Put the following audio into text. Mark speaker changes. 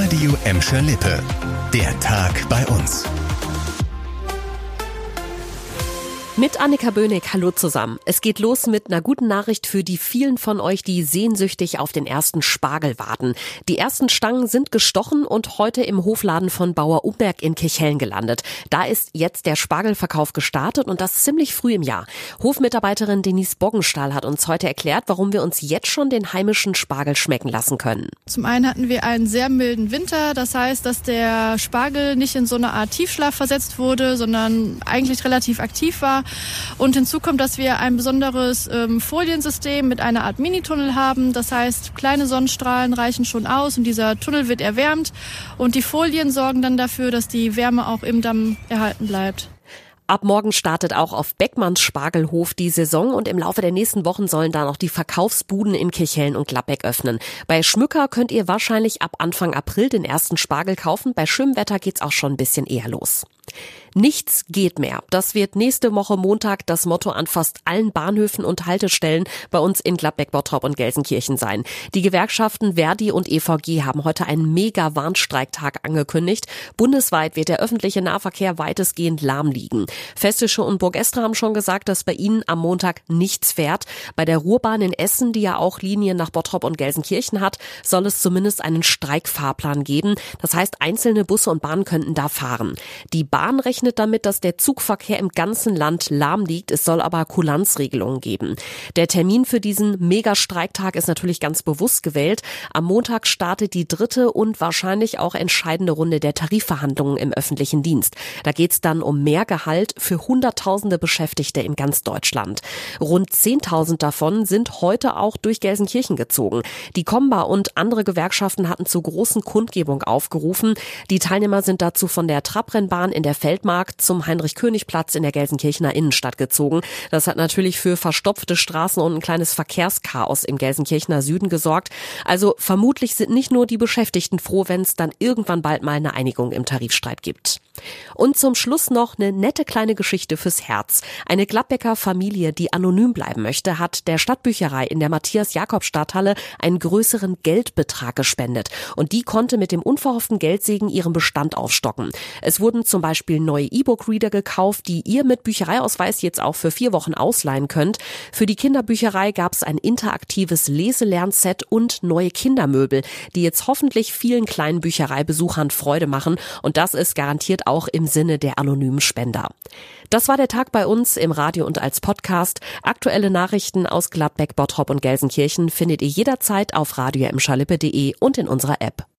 Speaker 1: Radio Emscher Lippe. Der Tag bei uns.
Speaker 2: Mit Annika Böhnig, hallo zusammen. Es geht los mit einer guten Nachricht für die vielen von euch, die sehnsüchtig auf den ersten Spargel warten. Die ersten Stangen sind gestochen und heute im Hofladen von Bauer Umberg in Kirchhellen gelandet. Da ist jetzt der Spargelverkauf gestartet und das ziemlich früh im Jahr. Hofmitarbeiterin Denise Boggenstahl hat uns heute erklärt, warum wir uns jetzt schon den heimischen Spargel schmecken lassen können.
Speaker 3: Zum einen hatten wir einen sehr milden Winter. Das heißt, dass der Spargel nicht in so eine Art Tiefschlaf versetzt wurde, sondern eigentlich relativ aktiv war. Und hinzu kommt, dass wir ein besonderes Foliensystem mit einer Art Minitunnel haben. Das heißt, kleine Sonnenstrahlen reichen schon aus und dieser Tunnel wird erwärmt. Und die Folien sorgen dann dafür, dass die Wärme auch im Damm erhalten bleibt.
Speaker 2: Ab morgen startet auch auf Beckmanns Spargelhof die Saison und im Laufe der nächsten Wochen sollen dann auch die Verkaufsbuden in Kirchhellen und Gladbeck öffnen. Bei Schmücker könnt ihr wahrscheinlich ab Anfang April den ersten Spargel kaufen. Bei schönem Wetter geht's auch schon ein bisschen eher los. Nichts geht mehr. Das wird nächste Woche Montag das Motto an fast allen Bahnhöfen und Haltestellen bei uns in Gladbeck, Bottrop und Gelsenkirchen sein. Die Gewerkschaften Verdi und EVG haben heute einen Mega-Warnstreiktag angekündigt. Bundesweit wird der öffentliche Nahverkehr weitestgehend lahm liegen. Festische und Burgestra haben schon gesagt, dass bei ihnen am Montag nichts fährt. Bei der Ruhrbahn in Essen, die ja auch Linien nach Bottrop und Gelsenkirchen hat, soll es zumindest einen Streikfahrplan geben. Das heißt, einzelne Busse und Bahnen könnten da fahren. Die Bahn rechnet damit, dass der Zugverkehr im ganzen Land lahm liegt. Es soll aber Kulanzregelungen geben. Der Termin für diesen Mega-Streiktag ist natürlich ganz bewusst gewählt. Am Montag startet die dritte und wahrscheinlich auch entscheidende Runde der Tarifverhandlungen im öffentlichen Dienst. Da geht es dann um mehr Gehalt für Hunderttausende Beschäftigte in ganz Deutschland. Rund 10.000 davon sind heute auch durch Gelsenkirchen gezogen. Die Comba und andere Gewerkschaften hatten zu großen Kundgebung aufgerufen. Die Teilnehmer sind dazu von der Trabrennbahn in der Feldmark zum Heinrich-König-Platz in der Gelsenkirchener Innenstadt gezogen. Das hat natürlich für verstopfte Straßen und ein kleines Verkehrschaos im Gelsenkirchener Süden gesorgt. Also vermutlich sind nicht nur die Beschäftigten froh, wenn es dann irgendwann bald mal eine Einigung im Tarifstreit gibt. Und zum Schluss noch eine nette kleine Geschichte fürs Herz. Eine Gladbecker Familie, die anonym bleiben möchte, hat der Stadtbücherei in der Matthias-Jakob-Stadthalle einen größeren Geldbetrag gespendet. Und die konnte mit dem unverhofften Geldsegen ihren Bestand aufstocken. Es wurden zum Beispiel neue E-Book-Reader gekauft, die ihr mit Büchereiausweis jetzt auch für 4 Wochen ausleihen könnt. Für die Kinderbücherei gab es ein interaktives Leselernset und neue Kindermöbel, die jetzt hoffentlich vielen kleinen Büchereibesuchern Freude machen. Und das ist garantiert auch im Sinne der anonymen Spender. Das war der Tag bei uns im Radio und als Podcast. Aktuelle Nachrichten aus Gladbeck, Bottrop und Gelsenkirchen findet ihr jederzeit auf radioemscherlippe.de und in unserer App.